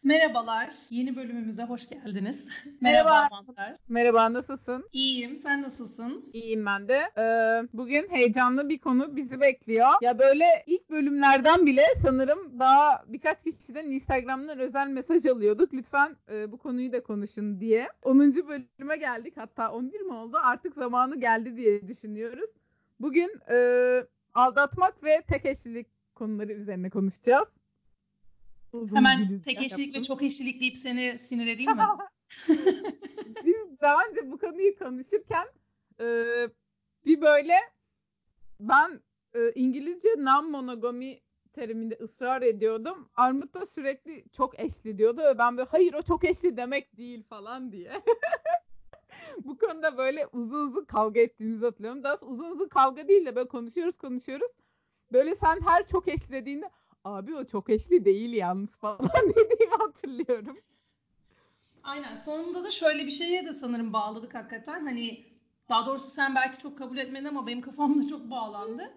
Merhabalar, yeni bölümümüze hoş geldiniz. Merhaba. Mazhar. Merhaba, nasılsın? İyiyim, sen nasılsın? İyiyim ben de. Bugün heyecanlı bir konu bizi bekliyor. Ya böyle ilk bölümlerden bile sanırım daha birkaç kişiden Instagram'dan özel mesaj alıyorduk. Lütfen bu konuyu da konuşun diye. 10. bölüme geldik. Hatta 11 mi oldu? Artık zamanı geldi diye düşünüyoruz. Bugün aldatmak ve tek eşlilik konuları üzerine konuşacağız. Uzun bir Hemen giriş tek eşlilik ve yaptım. çok eşlilik deyip seni sinir edeyim mi? Biz daha önce bu konuyu konuşurken e, bir böyle ben İngilizce non-monogamy teriminde ısrar ediyordum. Armut da sürekli çok eşli diyordu ve ben böyle hayır o çok eşli demek değil falan diye. Bu konuda böyle uzun uzun kavga ettiğimizi hatırlıyorum. Daha sonra uzun uzun kavga değil de böyle konuşuyoruz. Böyle sen her çok eşli dediğinde abi o çok eşli değil yalnız falan dediğimi hatırlıyorum. Aynen. Sonunda da şöyle bir şeye de sanırım bağladık hakikaten. Hani daha doğrusu sen belki çok kabul etmedin ama benim kafamda çok bağlandı.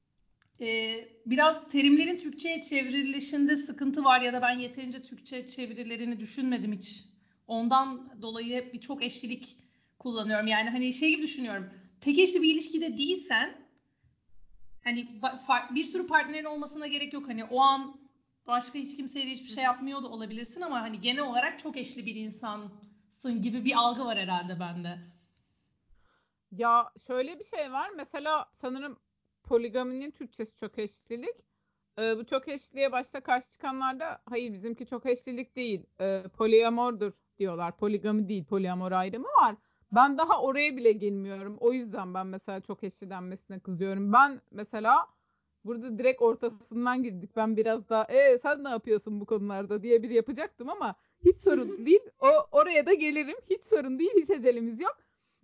Biraz terimlerin Türkçe'ye çevrilişinde sıkıntı var ya da ben yeterince Türkçe çevirilerini düşünmedim hiç. Ondan dolayı hep bir çok eşlilik kullanıyorum. Yani hani şey gibi düşünüyorum. Tek eşli bir ilişkide değilsen hani bir sürü partnerin olmasına gerek yok. Hani o an başka hiç kimseyle hiçbir şey yapmıyor da olabilirsin ama hani genel olarak çok eşli bir insansın gibi bir algı var herhalde bende. Ya şöyle bir şey var. Mesela sanırım poligaminin Türkçesi çok eşlilik. Bu çok eşliliğe başta karşı çıkanlar da hayır bizimki çok eşlilik değil. Poliamordur diyorlar. Poligami değil, poliamor ayrımı var. Ben daha oraya bile girmiyorum. O yüzden ben mesela çok eşli denmesine kızıyorum. Ben mesela burada direkt ortasından girdik. Ben biraz daha sen ne yapıyorsun bu konularda diye bir yapacaktım ama hiç sorun değil. Oraya da gelirim. Hiç sorun değil. Hiç acelemiz yok.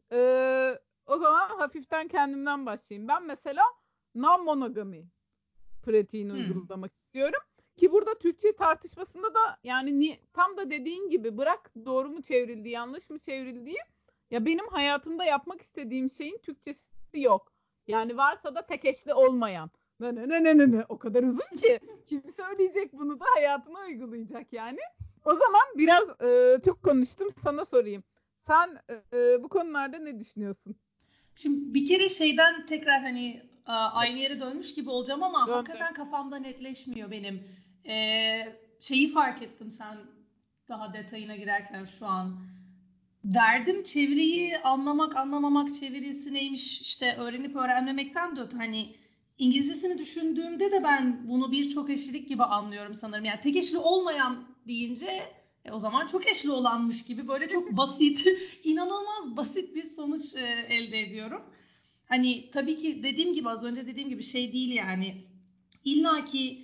O zaman hafiften kendimden başlayayım. Ben mesela non-monogamy pratiğini Hmm. uygulamak istiyorum. Ki burada Türkçe tartışmasında da yani tam da dediğin gibi bırak doğru mu çevrildi, yanlış mı çevrildiği. Ya benim hayatımda yapmak istediğim şeyin Türkçesi yok. Yani varsa da tek eşli olmayan. Ne. O kadar uzun ki kim söyleyecek bunu da hayatına uygulayacak yani. O zaman biraz çok konuştum sana sorayım. Sen bu konularda ne düşünüyorsun? Şimdi bir kere şeyden tekrar hani aynı yere dönmüş gibi olacağım ama Döndüm. hakikaten kafamda netleşmiyor benim. Şeyi fark ettim sen daha detayına girerken şu an. Derdim çeviriyi anlamak, anlamamak, çevirisi neymiş işte öğrenip öğrenmemekten de öte hani İngilizcesini düşündüğümde de ben bunu birçok eşlilik gibi anlıyorum sanırım. Yani tek eşli olmayan deyince o zaman çok eşli olanmış gibi böyle çok basit, inanılmaz basit bir sonuç elde ediyorum. Hani tabii ki dediğim gibi az önce dediğim gibi şey değil yani illaki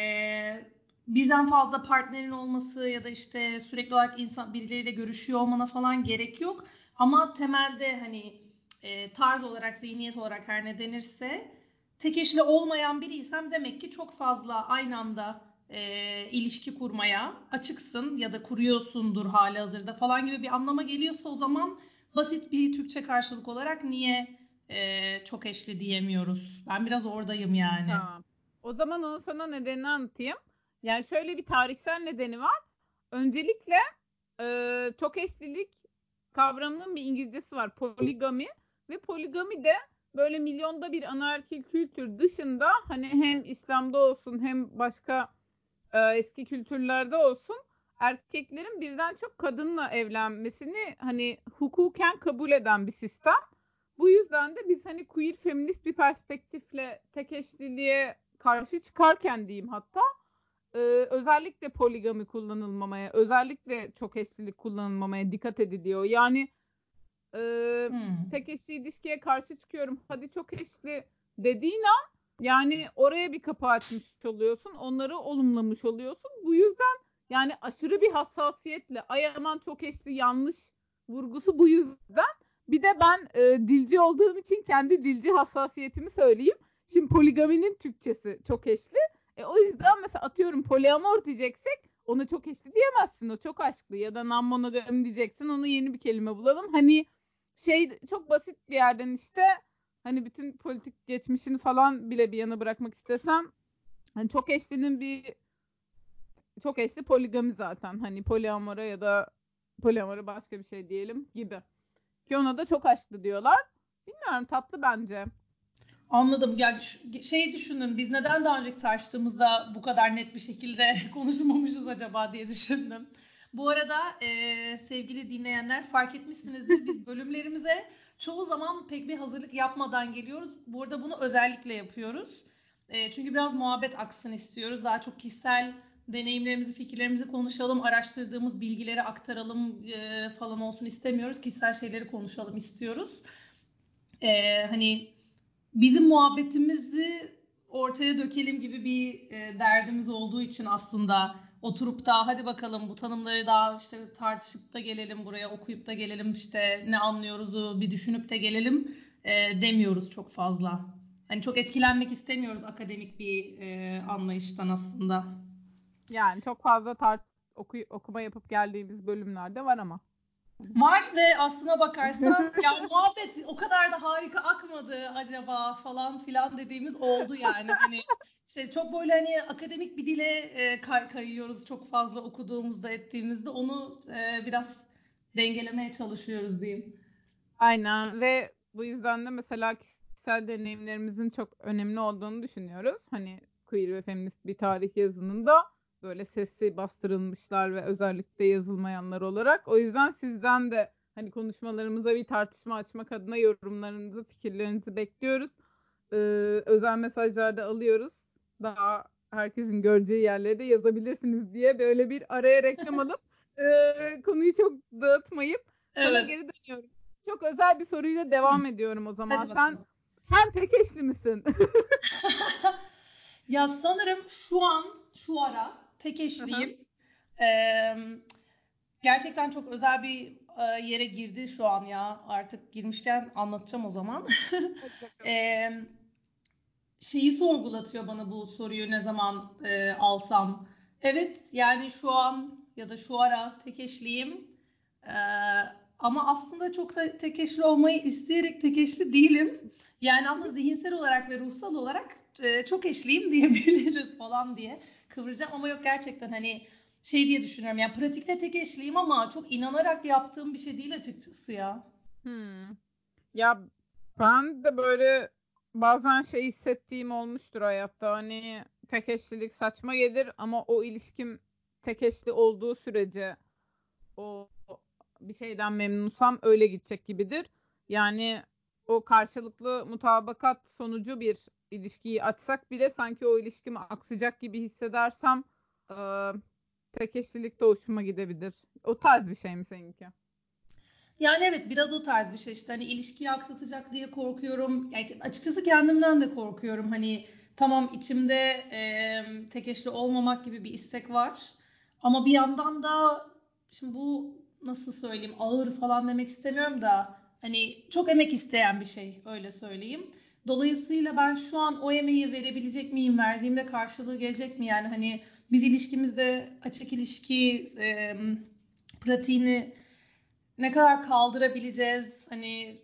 birden fazla partnerin olması ya da işte sürekli olarak insan birileriyle görüşüyor olmana falan gerek yok. Ama temelde hani tarz olarak, zihniyet olarak her ne denirse tek eşli olmayan biriysem demek ki çok fazla aynı anda ilişki kurmaya açıksın ya da kuruyorsundur hali hazırda falan gibi bir anlama geliyorsa o zaman basit bir Türkçe karşılık olarak niye çok eşli diyemiyoruz? Ben biraz oradayım yani. Tamam. O zaman onu sana nedenini anlatayım. Yani şöyle bir tarihsel nedeni var. Öncelikle çok eşlilik kavramının bir İngilizcesi var. Poligami. Ve poligami de böyle milyonda bir anaerkil kültür dışında hani hem İslam'da olsun hem başka eski kültürlerde olsun erkeklerin birden çok kadınla evlenmesini hani hukuken kabul eden bir sistem. Bu yüzden de biz hani queer feminist bir perspektifle tek eşliliğe karşı çıkarken diyeyim hatta özellikle poligami kullanılmamaya, özellikle çok eşlilik kullanılmamaya dikkat ediliyor. Yani e, Hmm. tek eşli ilişkiye karşı çıkıyorum. Hadi çok eşli dediğin an yani oraya bir kapı açmış oluyorsun. Onları olumlamış oluyorsun. Bu yüzden yani aşırı bir hassasiyetle ay aman çok eşli yanlış vurgusu bu yüzden. Bir de ben dilci olduğum için kendi dilci hassasiyetimi söyleyeyim. Şimdi poligaminin Türkçesi çok eşli. O yüzden mesela atıyorum poliamor diyeceksek ona çok eşli diyemezsin. O çok aşklı ya da non-monogami diyeceksin. Ona yeni bir kelime bulalım. Hani şey çok basit bir yerden işte hani bütün politik geçmişini falan bile bir yana bırakmak istesem hani çok eşli poligami zaten. Hani poliamora ya da poliamora başka bir şey diyelim gibi. Ki ona da çok aşklı diyorlar. Bilmiyorum, tatlı bence. Anladım. Yani şey düşündüm. Biz neden daha önceki tartıştığımızda bu kadar net bir şekilde konuşmamışız acaba diye düşündüm. Bu arada sevgili dinleyenler, fark etmişsinizdir. Biz bölümlerimize çoğu zaman pek bir hazırlık yapmadan geliyoruz. Bu arada bunu özellikle yapıyoruz. Çünkü biraz muhabbet aksın istiyoruz. Daha çok kişisel deneyimlerimizi, fikirlerimizi konuşalım, araştırdığımız bilgileri aktaralım falan olsun istemiyoruz. Kişisel şeyleri konuşalım istiyoruz. Hani bizim muhabbetimizi ortaya dökelim gibi bir derdimiz olduğu için aslında oturup da hadi bakalım bu tanımları daha işte tartışıp da gelelim buraya, okuyup da gelelim, işte ne anlıyoruzu bir düşünüp de gelelim demiyoruz çok fazla. Hani çok etkilenmek istemiyoruz akademik bir anlayıştan aslında. Yani çok fazla okuma yapıp geldiğimiz bölümlerde var ama. Var ve aslına bakarsan ya muhabbet o kadar da harika akmadı acaba falan filan dediğimiz oldu yani. Hani işte çok böyle hani akademik bir dile kayıyoruz çok fazla okuduğumuzda ettiğimizde, onu biraz dengelemeye çalışıyoruz diyeyim. Aynen, ve bu yüzden de mesela kişisel deneyimlerimizin çok önemli olduğunu düşünüyoruz. Hani queer ve feminist bir tarih yazınında böyle sesi bastırılmışlar ve özellikle yazılmayanlar olarak. O yüzden sizden de hani konuşmalarımıza bir tartışma açmak adına yorumlarınızı, fikirlerinizi bekliyoruz. Ee, Özel mesajlarda alıyoruz. Daha herkesin göreceği yerlere de yazabilirsiniz diye böyle bir araya reklam alıp konuyu çok dağıtmayıp sana Evet. geri dönüyorum. Çok özel bir soruyla Hı, devam ediyorum o zaman. hadi bakalım. Sen tek eşli misin? Ya sanırım şu ara tek Aha, eşliyim. Ee, Gerçekten çok özel bir yere girdi şu an ya. Artık girmişken anlatacağım o zaman. hadi bakalım. Ee, Şeyi sorgulatıyor bana bu soruyu ne zaman alsam. Evet, yani şu an ya da şu ara tek eşliyim. Ee, Ama aslında çok da tek eşli olmayı isteyerek tek eşli değilim. Yani aslında zihinsel olarak ve ruhsal olarak çok eşliyim diyebiliriz falan diye kıvıracağım. Ama yok, gerçekten hani şey diye düşünüyorum. Yani pratikte tek eşliyim ama çok inanarak yaptığım bir şey değil açıkçası ya. Hmm. Ya ben de böyle bazen şey hissettiğim olmuştur hayatta. Hani tek eşlilik saçma gelir ama o ilişkim tek eşli olduğu sürece o bir şeyden memnunsam öyle gidecek gibidir. Yani o karşılıklı mutabakat sonucu bir ilişkiyi açsak bile sanki o ilişkim aksayacak gibi hissedersem e, tek eşlilik de hoşuma gidebilir. O tarz bir şey mi seninki? Yani evet, biraz o tarz bir şey işte, hani ilişkiyi aksatacak diye korkuyorum. Yani açıkçası kendimden de korkuyorum. Hani tamam, içimde tek eşli olmamak gibi bir istek var. Ama bir yandan da şimdi bu nasıl söyleyeyim, ağır falan demek istemiyorum da hani çok emek isteyen bir şey, öyle söyleyeyim. Dolayısıyla ben şu an o emeği verebilecek miyim? Verdiğimde karşılığı gelecek mi? Yani hani biz ilişkimizde açık ilişki pratiğini ne kadar kaldırabileceğiz? Hani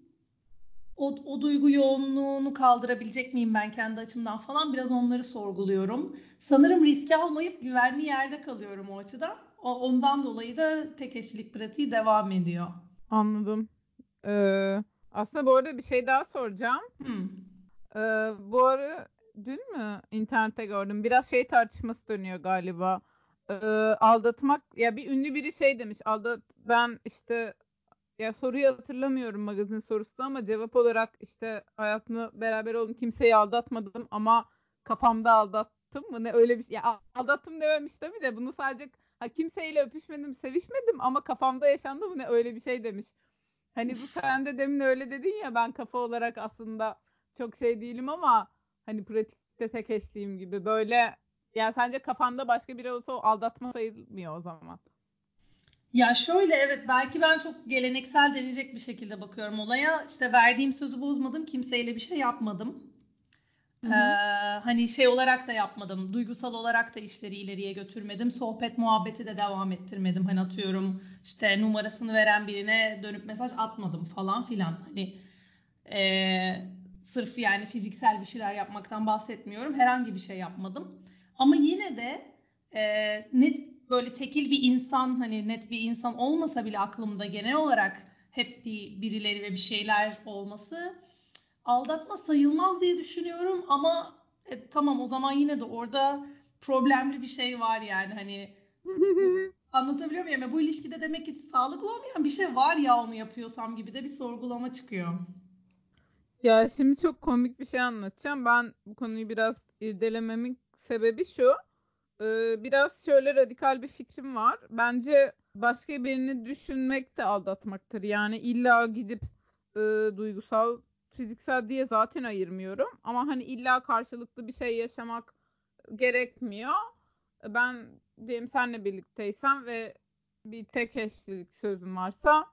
o duygu yoğunluğunu kaldırabilecek miyim ben kendi açımdan falan, biraz onları sorguluyorum. Sanırım riski almayıp güvenli yerde kalıyorum o açıdan. Ondan dolayı da tek eşlilik pratiği devam ediyor. Anladım. Aslında bu arada bir şey daha soracağım. Hmm. Bu ara dün mü internette gördüm. Biraz şey tartışması dönüyor galiba. Ee, Aldatmak, ya bir ünlü biri şey demiş. Ben işte, ya soruyu hatırlamıyorum magazin sorusunu ama cevap olarak işte hayatımda beraber olduğum kimseyi aldatmadım ama kafamda aldattım mı ne, öyle bir şey. Ya aldattım dememiş tabii de bunu sadece kimseyle öpüşmedim, sevişmedim ama kafamda yaşandı mı ne, öyle bir şey demiş. Hani bu, sen de demin öyle dedin ya, ben kafa olarak aslında çok şey değilim ama hani pratikte tek eşliyim gibi böyle, ya sence kafanda başka biri olsa o aldatma sayılmıyor o zaman. Ya şöyle, evet, belki ben çok geleneksel denecek bir şekilde bakıyorum olaya. İşte verdiğim sözü bozmadım, kimseyle bir şey yapmadım. Hı Ee, hı. Hani şey olarak da yapmadım, duygusal olarak da işleri ileriye götürmedim, sohbet muhabbeti de devam ettirmedim. Hani atıyorum işte numarasını veren birine dönüp mesaj atmadım falan filan. Hani sırf yani fiziksel bir şeyler yapmaktan bahsetmiyorum, herhangi bir şey yapmadım. Ama yine de net böyle tekil bir insan, hani net bir insan olmasa bile aklımda genel olarak hep birileri ve bir şeyler olması aldatma sayılmaz diye düşünüyorum ama tamam, o zaman yine de orada problemli bir şey var yani, hani anlatabiliyor muyum? Yani bu ilişkide demek ki sağlıklı olmayan bir şey var ya, onu yapıyorsam gibi de bir sorgulama çıkıyor. Ya şimdi çok komik bir şey anlatacağım. Ben bu konuyu biraz irdelememin sebebi şu. Biraz şöyle radikal bir fikrim var. Bence başka birini düşünmek de aldatmaktır. Yani illa gidip e, duygusal, fiziksel diye zaten ayırmıyorum. Ama hani illa karşılıklı bir şey yaşamak gerekmiyor. Ben diyelim senle birlikteysem ve bir tek eşlilik sözüm varsa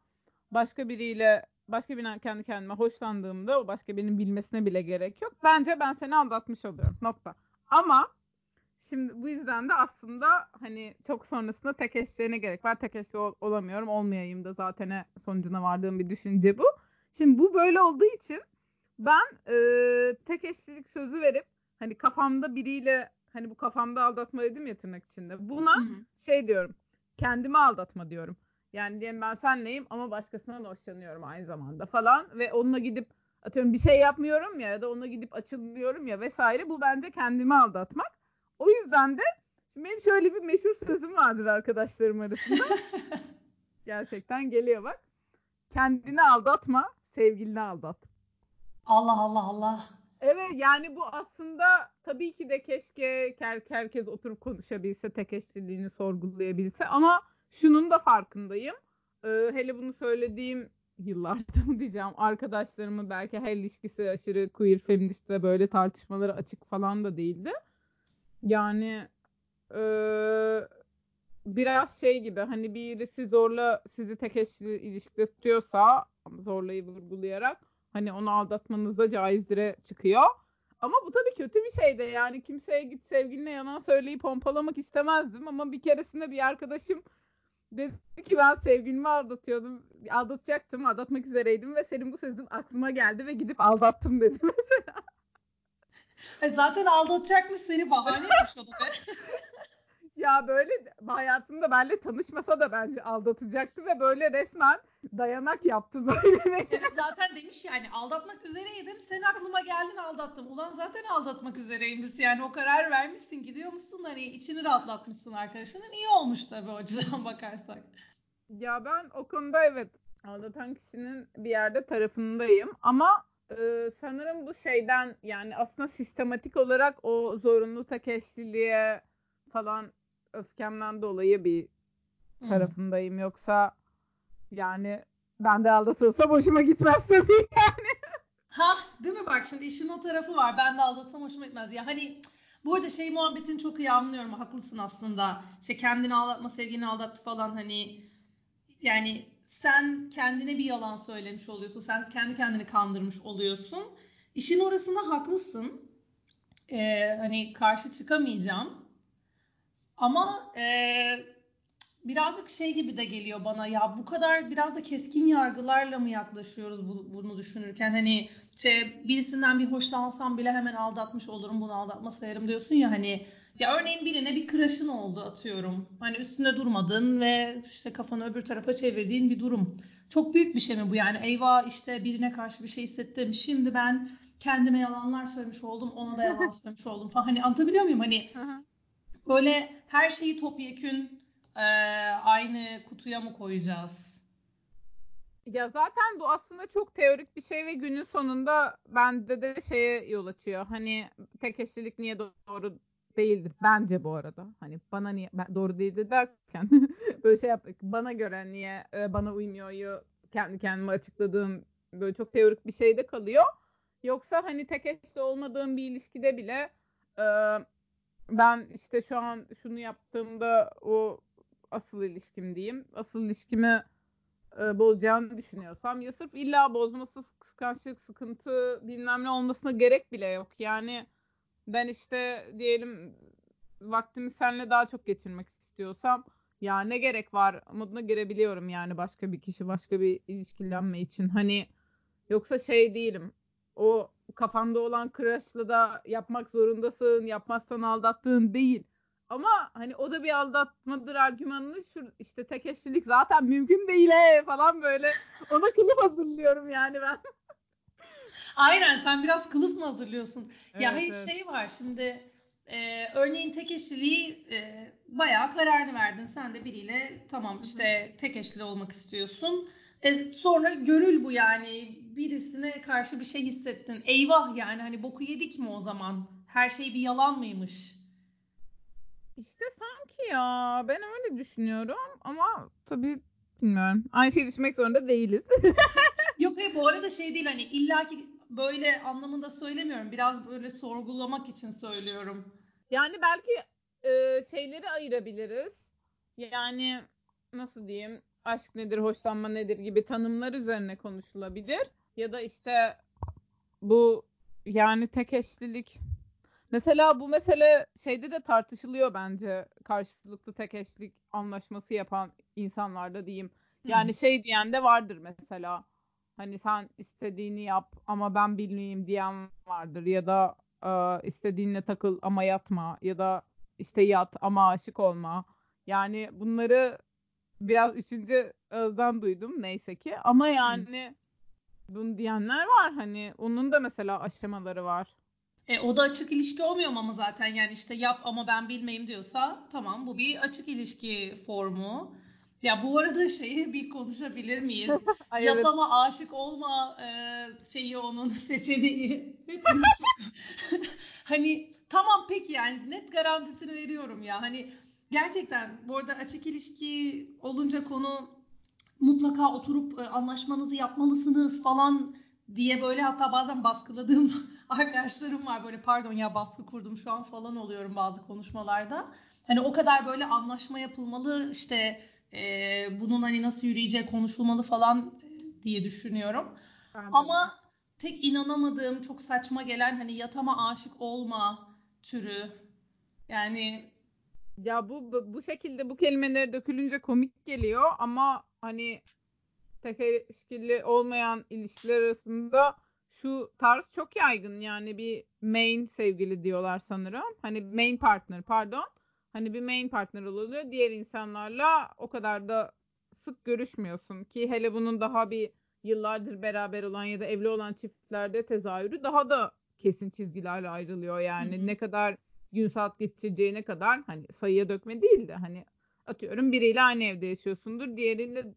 başka birinden kendi kendime hoşlandığımda o başka birinin bilmesine bile gerek yok. Bence ben seni aldatmış oluyorum. Nokta. Ama şimdi bu yüzden de aslında hani çok sonrasında tek eşliğine gerek var. Tek eşli olamıyorum, olmayayım da zaten sonucuna vardığım bir düşünce bu. Şimdi bu böyle olduğu için ben tek eşlilik sözü verip hani kafamda biriyle, hani bu kafamda aldatma dedim ya tırnak içinde. Buna Hı hı. şey diyorum. Kendimi aldatma diyorum. Yani diyelim ben senleyim ama başkasından hoşlanıyorum aynı zamanda falan ve onunla gidip atıyorum bir şey yapmıyorum ya da onunla gidip açılmıyorum ya vesaire. Bu bence kendimi aldatmak. O yüzden de şimdi benim şöyle bir meşhur sözüm vardır arkadaşlarım arasında. Gerçekten geliyor bak. Kendini aldatma, sevgilini aldat. Allah Allah Allah. Evet, yani bu aslında tabii ki de keşke herkes oturup konuşabilse, tek eşliliğini sorgulayabilse ama şunun da farkındayım. Hele bunu söylediğim yıllarda mı diyeceğim, arkadaşlarımın belki her ilişkisi aşırı queer, feminist ve böyle tartışmalara açık falan da değildi. Yani e, biraz şey gibi, hani birisi zorla sizi tek eşli ilişkide tutuyorsa, ama zorlayı vurgulayarak, hani onu aldatmanız da caizdir'e çıkıyor. Ama bu tabii kötü bir şey de, yani kimseye git sevgiline yalan söyleyip pompalamak istemezdim ama bir keresinde bir arkadaşım dedi ki ben sevgilimi aldatacaktım, aldatmak üzereydim ve senin bu sözün aklıma geldi ve gidip aldattım dedi mesela. Zaten aldatacakmış, seni bahane etmiş onu be. Ya böyle hayatımda benimle tanışmasa da bence aldatacaktı ve böyle resmen dayanak yaptı böyle beni. Evet, zaten demiş yani, aldatmak üzereydim. Sen aklıma geldin, aldattım. Ulan zaten aldatmak üzereymişsin. Yani o karar vermişsin, gidiyor musun? Hani içini rahatlatmışsın arkadaşının. İyi olmuş tabii o açıdan bakarsak. Ya ben o konuda evet, aldatan kişinin bir yerde tarafındayım ama sanırım bu şeyden, yani aslında sistematik olarak o zorunlu tek eşliliğe falan öfkemden dolayı bir Hmm. tarafındayım. Yoksa yani ben de aldatılsam hoşuma gitmez tabii. Ha, değil mi, bak şimdi işin o tarafı var. Ben de aldatsam hoşuma gitmez. Ya hani bu arada şey muhabbetini çok iyi anlıyorum. Haklısın aslında. İşte kendini aldatma, sevgilini aldattı falan, hani yani sen kendine bir yalan söylemiş oluyorsun. Sen kendi kendini kandırmış oluyorsun. İşin orasında haklısın. Hani karşı çıkamayacağım. Ama birazcık şey gibi de geliyor bana, ya bu kadar biraz da keskin yargılarla mı yaklaşıyoruz bunu düşünürken, hani işte birisinden bir hoşlansam bile hemen aldatmış olurum, bunu aldatma sayarım diyorsun ya, hani ya örneğin birine bir crush'ın oldu atıyorum, hani üstünde durmadın ve işte kafanı öbür tarafa çevirdiğin bir durum, çok büyük bir şey mi bu yani? Eyvah, işte birine karşı bir şey hissettim, şimdi ben kendime yalanlar söylemiş oldum, ona da yalan söylemiş oldum falan, hani anlatabiliyor muyum, hani böyle her şeyi topyekün aynı kutuya mı koyacağız? Ya zaten bu aslında çok teorik bir şey ve günün sonunda bende de şeye yol açıyor. Hani tek eşlilik niye doğru değildir bence bu arada. Hani bana niye doğru değildir derken böyle şey yap, bana göre niye bana uymuyor kendi kendime açıkladığım böyle çok teorik bir şey de kalıyor. Yoksa hani tek eşli olmadığım bir ilişkide bile e, ben işte şu an şunu yaptığımda o asıl ilişkim diyeyim. Asıl ilişkimi bozacağını düşünüyorsam, ya sırf illa bozması, kıskançlık, sıkıntı bilmem ne olmasına gerek bile yok. Yani ben işte diyelim vaktimi seninle daha çok geçirmek istiyorsam, ya ne gerek var moduna girebiliyorum yani, başka bir kişi, başka bir ilişkilenme için. Hani yoksa şey değilim. O kafanda olan crush'la da yapmak zorundasın, yapmazsan aldattığın değil. Ama hani o da bir aldatmadır argümanını işte tek eşlilik zaten mümkün değil falan böyle. Ona kılıf hazırlıyorum yani ben. Aynen, sen biraz kılıf mı hazırlıyorsun? Ya Evet, hayır, evet. şey var şimdi, örneğin tek eşliliği bayağı kararını verdin. Sen de biriyle tamam Hı hı. işte tek eşli olmak istiyorsun. Sonra gönül bu yani, birisine karşı bir şey hissettin. Eyvah, yani hani boku yedik mi o zaman? Her şey bir yalan mıymış? İşte sanki ya ben öyle düşünüyorum ama tabii bilmiyorum. Aynı şeyi düşünmek zorunda değiliz. Yok hayır, bu arada şey değil, hani illaki böyle anlamında söylemiyorum. Biraz böyle sorgulamak için söylüyorum. Yani belki şeyleri ayırabiliriz. Yani nasıl diyeyim? Aşk nedir, hoşlanma nedir gibi tanımlar üzerine konuşulabilir. Ya da işte bu yani tek eşlilik. Mesela bu mesele şeyde de tartışılıyor bence. Karşılıklı tek eşlik anlaşması yapan insanlarda diyeyim. Hmm. Yani şey diyen de vardır mesela. Hani sen istediğini yap ama ben bilmeyeyim diyen vardır. Ya da istediğinle takıl ama yatma. Ya da işte yat ama aşık olma. Yani bunları biraz üçüncü ağızdan duydum neyse ki. Ama Hmm. yani bunu diyenler var. Hani onun da mesela aşamaları var. O da açık ilişki olmuyor mu ama zaten, yani işte yap ama ben bilmeyeyim diyorsa tamam, bu bir açık ilişki formu. Ya bu arada şeyi bir konuşabilir miyiz? Ay Yat evet. ama aşık olma şeyi, onun seçeneği. Hepimiz çok hani tamam peki, yani net garantisini veriyorum ya. Hani gerçekten bu arada açık ilişki olunca konu, mutlaka oturup anlaşmanızı yapmalısınız falan diye böyle, hatta bazen baskıladığım arkadaşlarım var. Böyle pardon ya, baskı kurdum şu an falan oluyorum bazı konuşmalarda. Hani o kadar böyle anlaşma yapılmalı işte, bunun hani nasıl yürüyeceği konuşulmalı falan diye düşünüyorum. Bence de. Ama tek inanamadığım, çok saçma gelen, hani yatama aşık olma türü. Yani Ya bu şekilde bu kelimeleri dökülünce komik geliyor ama hani tek ilişkili olmayan ilişkiler arasında şu tarz çok yaygın. Yani bir main sevgili diyorlar sanırım. Hani main partner pardon. Hani bir main partner oluyor. Diğer insanlarla o kadar da sık görüşmüyorsun ki hele bunun daha bir yıllardır beraber olan ya da evli olan çiftlerde tezahürü daha da kesin çizgilerle ayrılıyor. hı Yani hı. ne kadar gün saat geçireceğine kadar hani sayıya dökme değil de hani atıyorum biriyle aynı evde yaşıyorsundur. Diğeriyle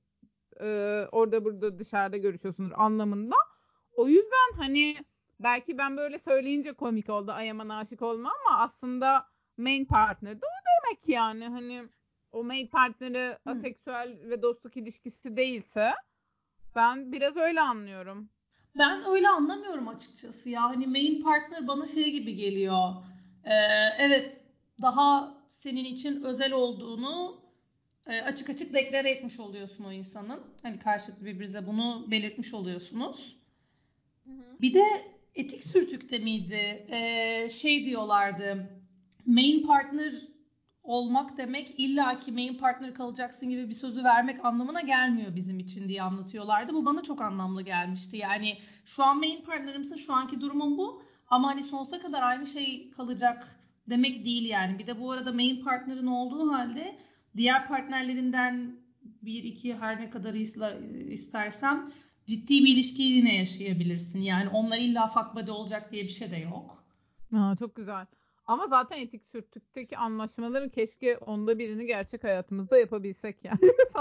orada burada dışarıda görüşüyorsunuz anlamında. O yüzden hani belki ben böyle söyleyince komik oldu ay aman aşık olma ama aslında main partner de o demek yani hani o main partneri Hı. aseksüel ve dostluk ilişkisi değilse ben biraz öyle anlıyorum. Ben öyle anlamıyorum açıkçası ya. Hani main partner bana şey gibi geliyor. Ee, evet, daha senin için özel olduğunu açık açık deklare etmiş oluyorsun o insanın. Hani karşılıklı birbirinize bunu belirtmiş oluyorsunuz. Hı hı. Bir de etik sürtükte miydi? Şey diyorlardı. Main partner olmak demek illaki main partner kalacaksın gibi bir sözü vermek anlamına gelmiyor bizim için diye anlatıyorlardı. Bu bana çok anlamlı gelmişti. Yani şu an main partnerimsin, şu anki durumum bu. Ama hani sonsuza kadar aynı şey kalacak demek değil yani. Bir de bu arada main partnerin olduğu halde diğer partnerlerinden bir iki, her ne kadar istersem ciddi bir ilişkiyi yine yaşayabilirsin. Yani onlar illa fuck buddy olacak diye bir şey de yok. Aa, çok güzel. Ama zaten etik sürtükteki anlaşmaların keşke onda birini gerçek hayatımızda yapabilsek yani.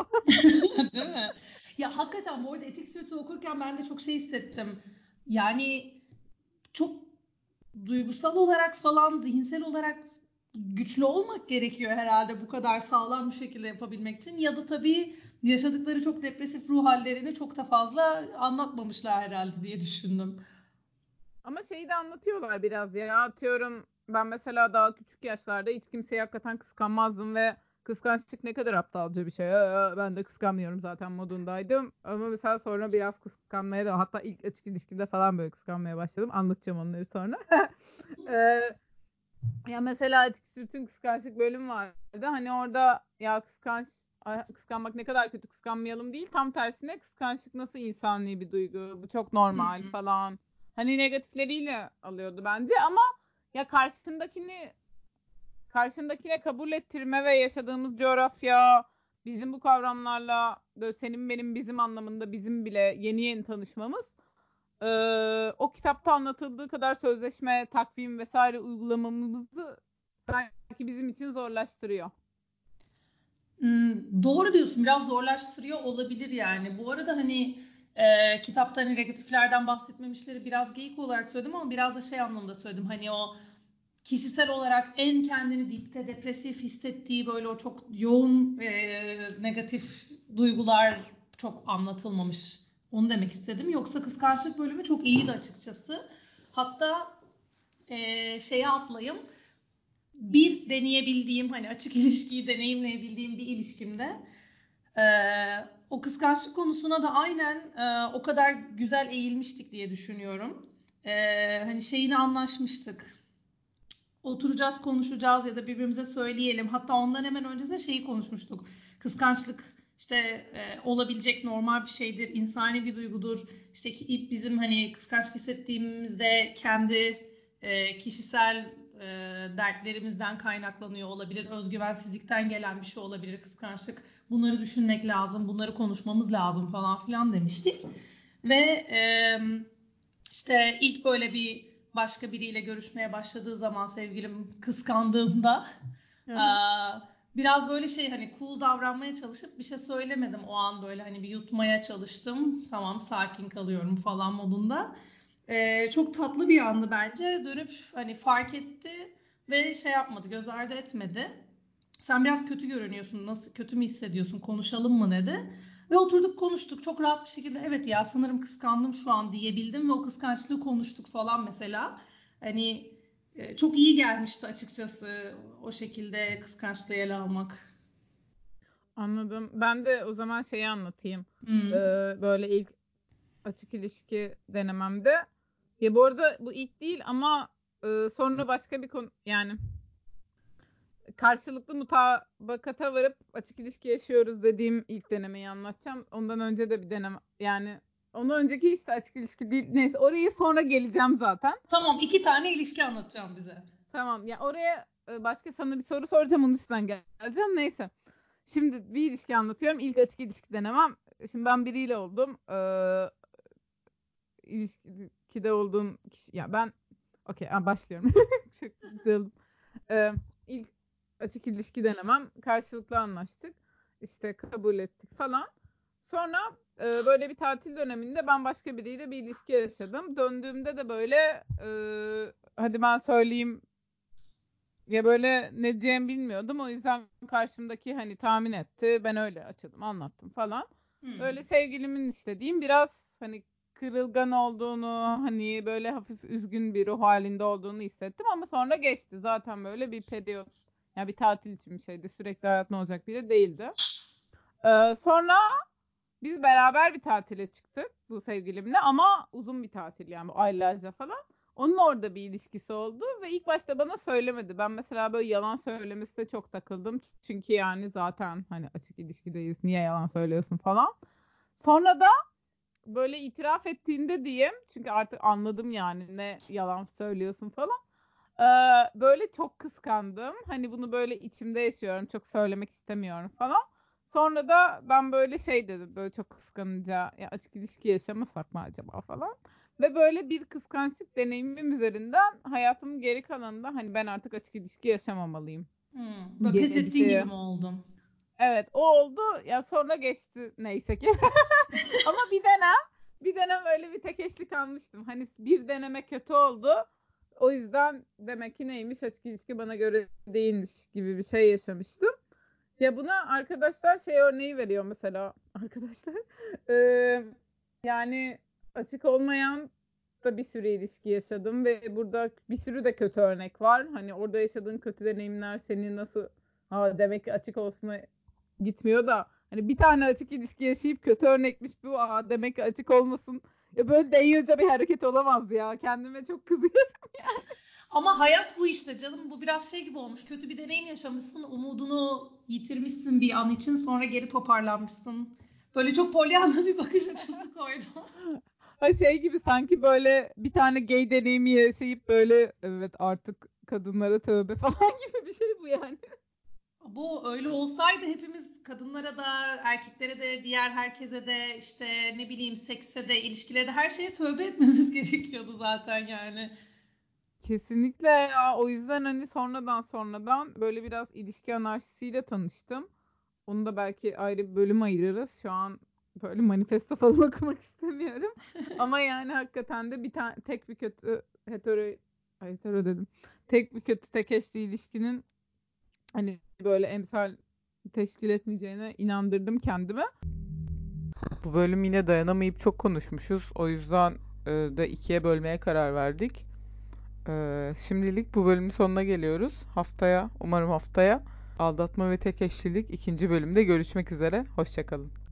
Değil mi? Ya hakikaten bu arada etik sürtü okurken ben de çok şey hissettim. Yani çok duygusal olarak falan, zihinsel olarak güçlü olmak gerekiyor herhalde bu kadar sağlam bir şekilde yapabilmek için. Ya da tabii yaşadıkları çok depresif ruh hallerini çok da fazla anlatmamışlar herhalde diye düşündüm. Ama şeyi de anlatıyorlar biraz ya. Atıyorum ben mesela daha küçük yaşlarda hiç kimseyi hakikaten kıskanmazdım ve kıskançlık ne kadar aptalca bir şey. Ben de kıskanmıyorum zaten modundaydım. Ama mesela sonra biraz kıskanmaya da hatta ilk açık ilişkimde falan böyle kıskanmaya başladım. Anlatacağım onları sonra. Ee, Ya mesela etik sütün kıskançlık bölümü vardı. Hani orada ya kıskanmak ne kadar kötü kıskanmayalım değil. Tam tersine kıskançlık nasıl insani bir duygu. Bu çok normal Hmm. falan. Hani negatifleriyle alıyordu bence ama ya karşındakine kabul ettirme ve yaşadığımız coğrafya, bizim bu kavramlarla böyle senin benim bizim anlamında bizim bile yeni tanışmamız o kitapta anlatıldığı kadar sözleşme, takvim vesaire uygulamamızı belki bizim için zorlaştırıyor. Doğru diyorsun. Biraz zorlaştırıyor olabilir yani. Bu arada hani kitapta hani negatiflerden bahsetmemişleri biraz geyik olarak söyledim ama biraz da şey anlamda söyledim. Hani o kişisel olarak en kendini dipte depresif hissettiği böyle o çok yoğun negatif duygular çok anlatılmamış. Onu demek istedim. Yoksa kıskançlık bölümü çok iyiydi açıkçası. Hatta şeye atlayayım. Bir deneyebildiğim hani açık ilişkiyi deneyimleyebildiğim bir ilişkimde o kıskançlık konusuna da aynen o kadar güzel eğilmiştik diye düşünüyorum. Hani şeyini anlaşmıştık. Oturacağız, konuşacağız ya da birbirimize söyleyelim. Hatta ondan hemen öncesinde şeyi konuşmuştuk. Kıskançlık işte olabilecek normal bir şeydir, insani bir duygudur. İşte bizim hani kıskanç hissettiğimizde kendi kişisel dertlerimizden kaynaklanıyor olabilir. Özgüvensizlikten gelen bir şey olabilir kıskançlık. Bunları düşünmek lazım, bunları konuşmamız lazım falan filan demiştik. Ve işte ilk böyle bir başka biriyle görüşmeye başladığı zaman sevgilim kıskandığımda biraz böyle şey hani cool davranmaya çalışıp bir şey söylemedim o an böyle hani bir yutmaya çalıştım. Tamam sakin kalıyorum falan modunda. Çok tatlı bir andı bence. Dönüp hani fark etti ve şey yapmadı, göz ardı etmedi. Sen biraz kötü görünüyorsun, nasıl kötü mü hissediyorsun, konuşalım mı dedi. Ve oturduk konuştuk çok rahat bir şekilde evet ya sanırım kıskandım şu an diyebildim ve o kıskançlığı konuştuk falan mesela. Hani çok iyi gelmişti açıkçası o şekilde kıskançlığı ele almak. Anladım. Ben de o zaman şeyi anlatayım. Hmm. Böyle ilk açık ilişki denememde. Ya bu arada bu ilk değil ama sonra başka bir konu yani karşılıklı mutabakata varıp açık ilişki yaşıyoruz dediğim ilk denemeyi anlatacağım. Ondan önce de bir deneme yani ondan önceki işte açık ilişki değil. Neyse orayı sonra geleceğim zaten. Tamam 2 tane ilişki anlatacağım bize. Tamam ya oraya başka sana bir soru soracağım onun üstünden geleceğim. Neyse. Şimdi bir ilişki anlatıyorum. İlk açık ilişki denemem. Şimdi ben biriyle oldum. İlişkide olduğum kişi ya ben okey başlıyorum. Çok güzel oldu. İlk açık ilişki denemem. Karşılıklı anlaştık. İşte kabul ettik falan. Sonra böyle bir tatil döneminde ben başka biriyle bir ilişki yaşadım. Döndüğümde de böyle hadi ben söyleyeyim ya böyle ne diyeceğimi bilmiyordum. O yüzden karşımdaki hani tahmin etti. Ben öyle açıldım, anlattım falan. Hmm. Böyle sevgilimin işte diyeyim biraz hani kırılgan olduğunu, hani böyle hafif üzgün bir ruh halinde olduğunu hissettim ama sonra geçti. Zaten böyle bir periyot, yani bir tatil için bir şeydi. Sürekli hayatın olacak biri değildi. Sonra biz beraber bir tatile çıktık bu sevgilimle ama uzun bir tatil yani aylarca falan. Onun orada bir ilişkisi oldu ve ilk başta bana söylemedi. Ben mesela böyle yalan söylemesine çok takıldım. Çünkü yani zaten hani açık ilişkideyiz. Niye yalan söylüyorsun falan. Sonra da böyle itiraf ettiğinde diyeyim. Çünkü artık anladım yani ne yalan söylüyorsun falan. Böyle çok kıskandım. Hani bunu böyle içimde yaşıyorum. Çok söylemek istemiyorum falan. Sonra da ben böyle şey dedim. Böyle çok kıskanınca ya açık ilişki yaşamasak mı acaba falan. Ve böyle bir kıskançlık deneyimim üzerinden hayatımın geri kalanında hani ben artık açık ilişki yaşamamalıyım Böyle pes gibi bir ettiğin gibi şey. mi oldun? Evet o oldu. Ya sonra geçti neyse ki. Ama bir dönem öyle bir tek eşlik almıştım. Hani bir deneme kötü oldu. O yüzden demek ki neymiş açık ilişki bana göre değilmiş gibi bir şey yaşamıştım. Ya buna arkadaşlar şey örneği veriyor mesela. Arkadaşlar yani açık olmayan da bir sürü ilişki yaşadım ve burada bir sürü de kötü örnek var. Hani orada yaşadığın kötü deneyimler seni nasıl demek ki açık olsuna gitmiyor da hani bir tane açık ilişki yaşayıp kötü örnekmiş bu demek ki açık olmasın. Ya böyle deyiyorca bir hareket olamaz ya. Kendime çok kızıyorum. Ama hayat bu işte canım. Bu biraz şey gibi olmuş. Kötü bir deneyim yaşamışsın. Umudunu yitirmişsin bir an için. Sonra geri toparlanmışsın. Böyle çok polyanlı bir bakış açısı koydum. Ha şey gibi sanki böyle bir tane gay deneyimi yaşayıp böyle evet artık kadınlara tövbe falan gibi bir şey bu yani. Bu öyle olsaydı hepimiz kadınlara da, erkeklere de, diğer herkese de, işte ne bileyim sekse de, ilişkilere de, her şeye tövbe etmemiz gerekiyordu zaten yani. Kesinlikle ya. O yüzden hani sonradan böyle biraz ilişki anarşisiyle tanıştım. Onu da belki ayrı bir bölüm ayırırız. Şu an böyle manifesto falan okumak istemiyorum. Ama yani hakikaten de bir tane tek bir kötü hetero dedim. Tek bir kötü tek eşli ilişkinin hani böyle emsal teşkil etmeyeceğine inandırdım kendime. Bu bölüm yine dayanamayıp çok konuşmuşuz. O yüzden de ikiye bölmeye karar verdik. Şimdilik bu bölümün sonuna geliyoruz. Umarım haftaya Aldatma ve Tek Eşlilik ikinci bölümde görüşmek üzere. Hoşça kalın.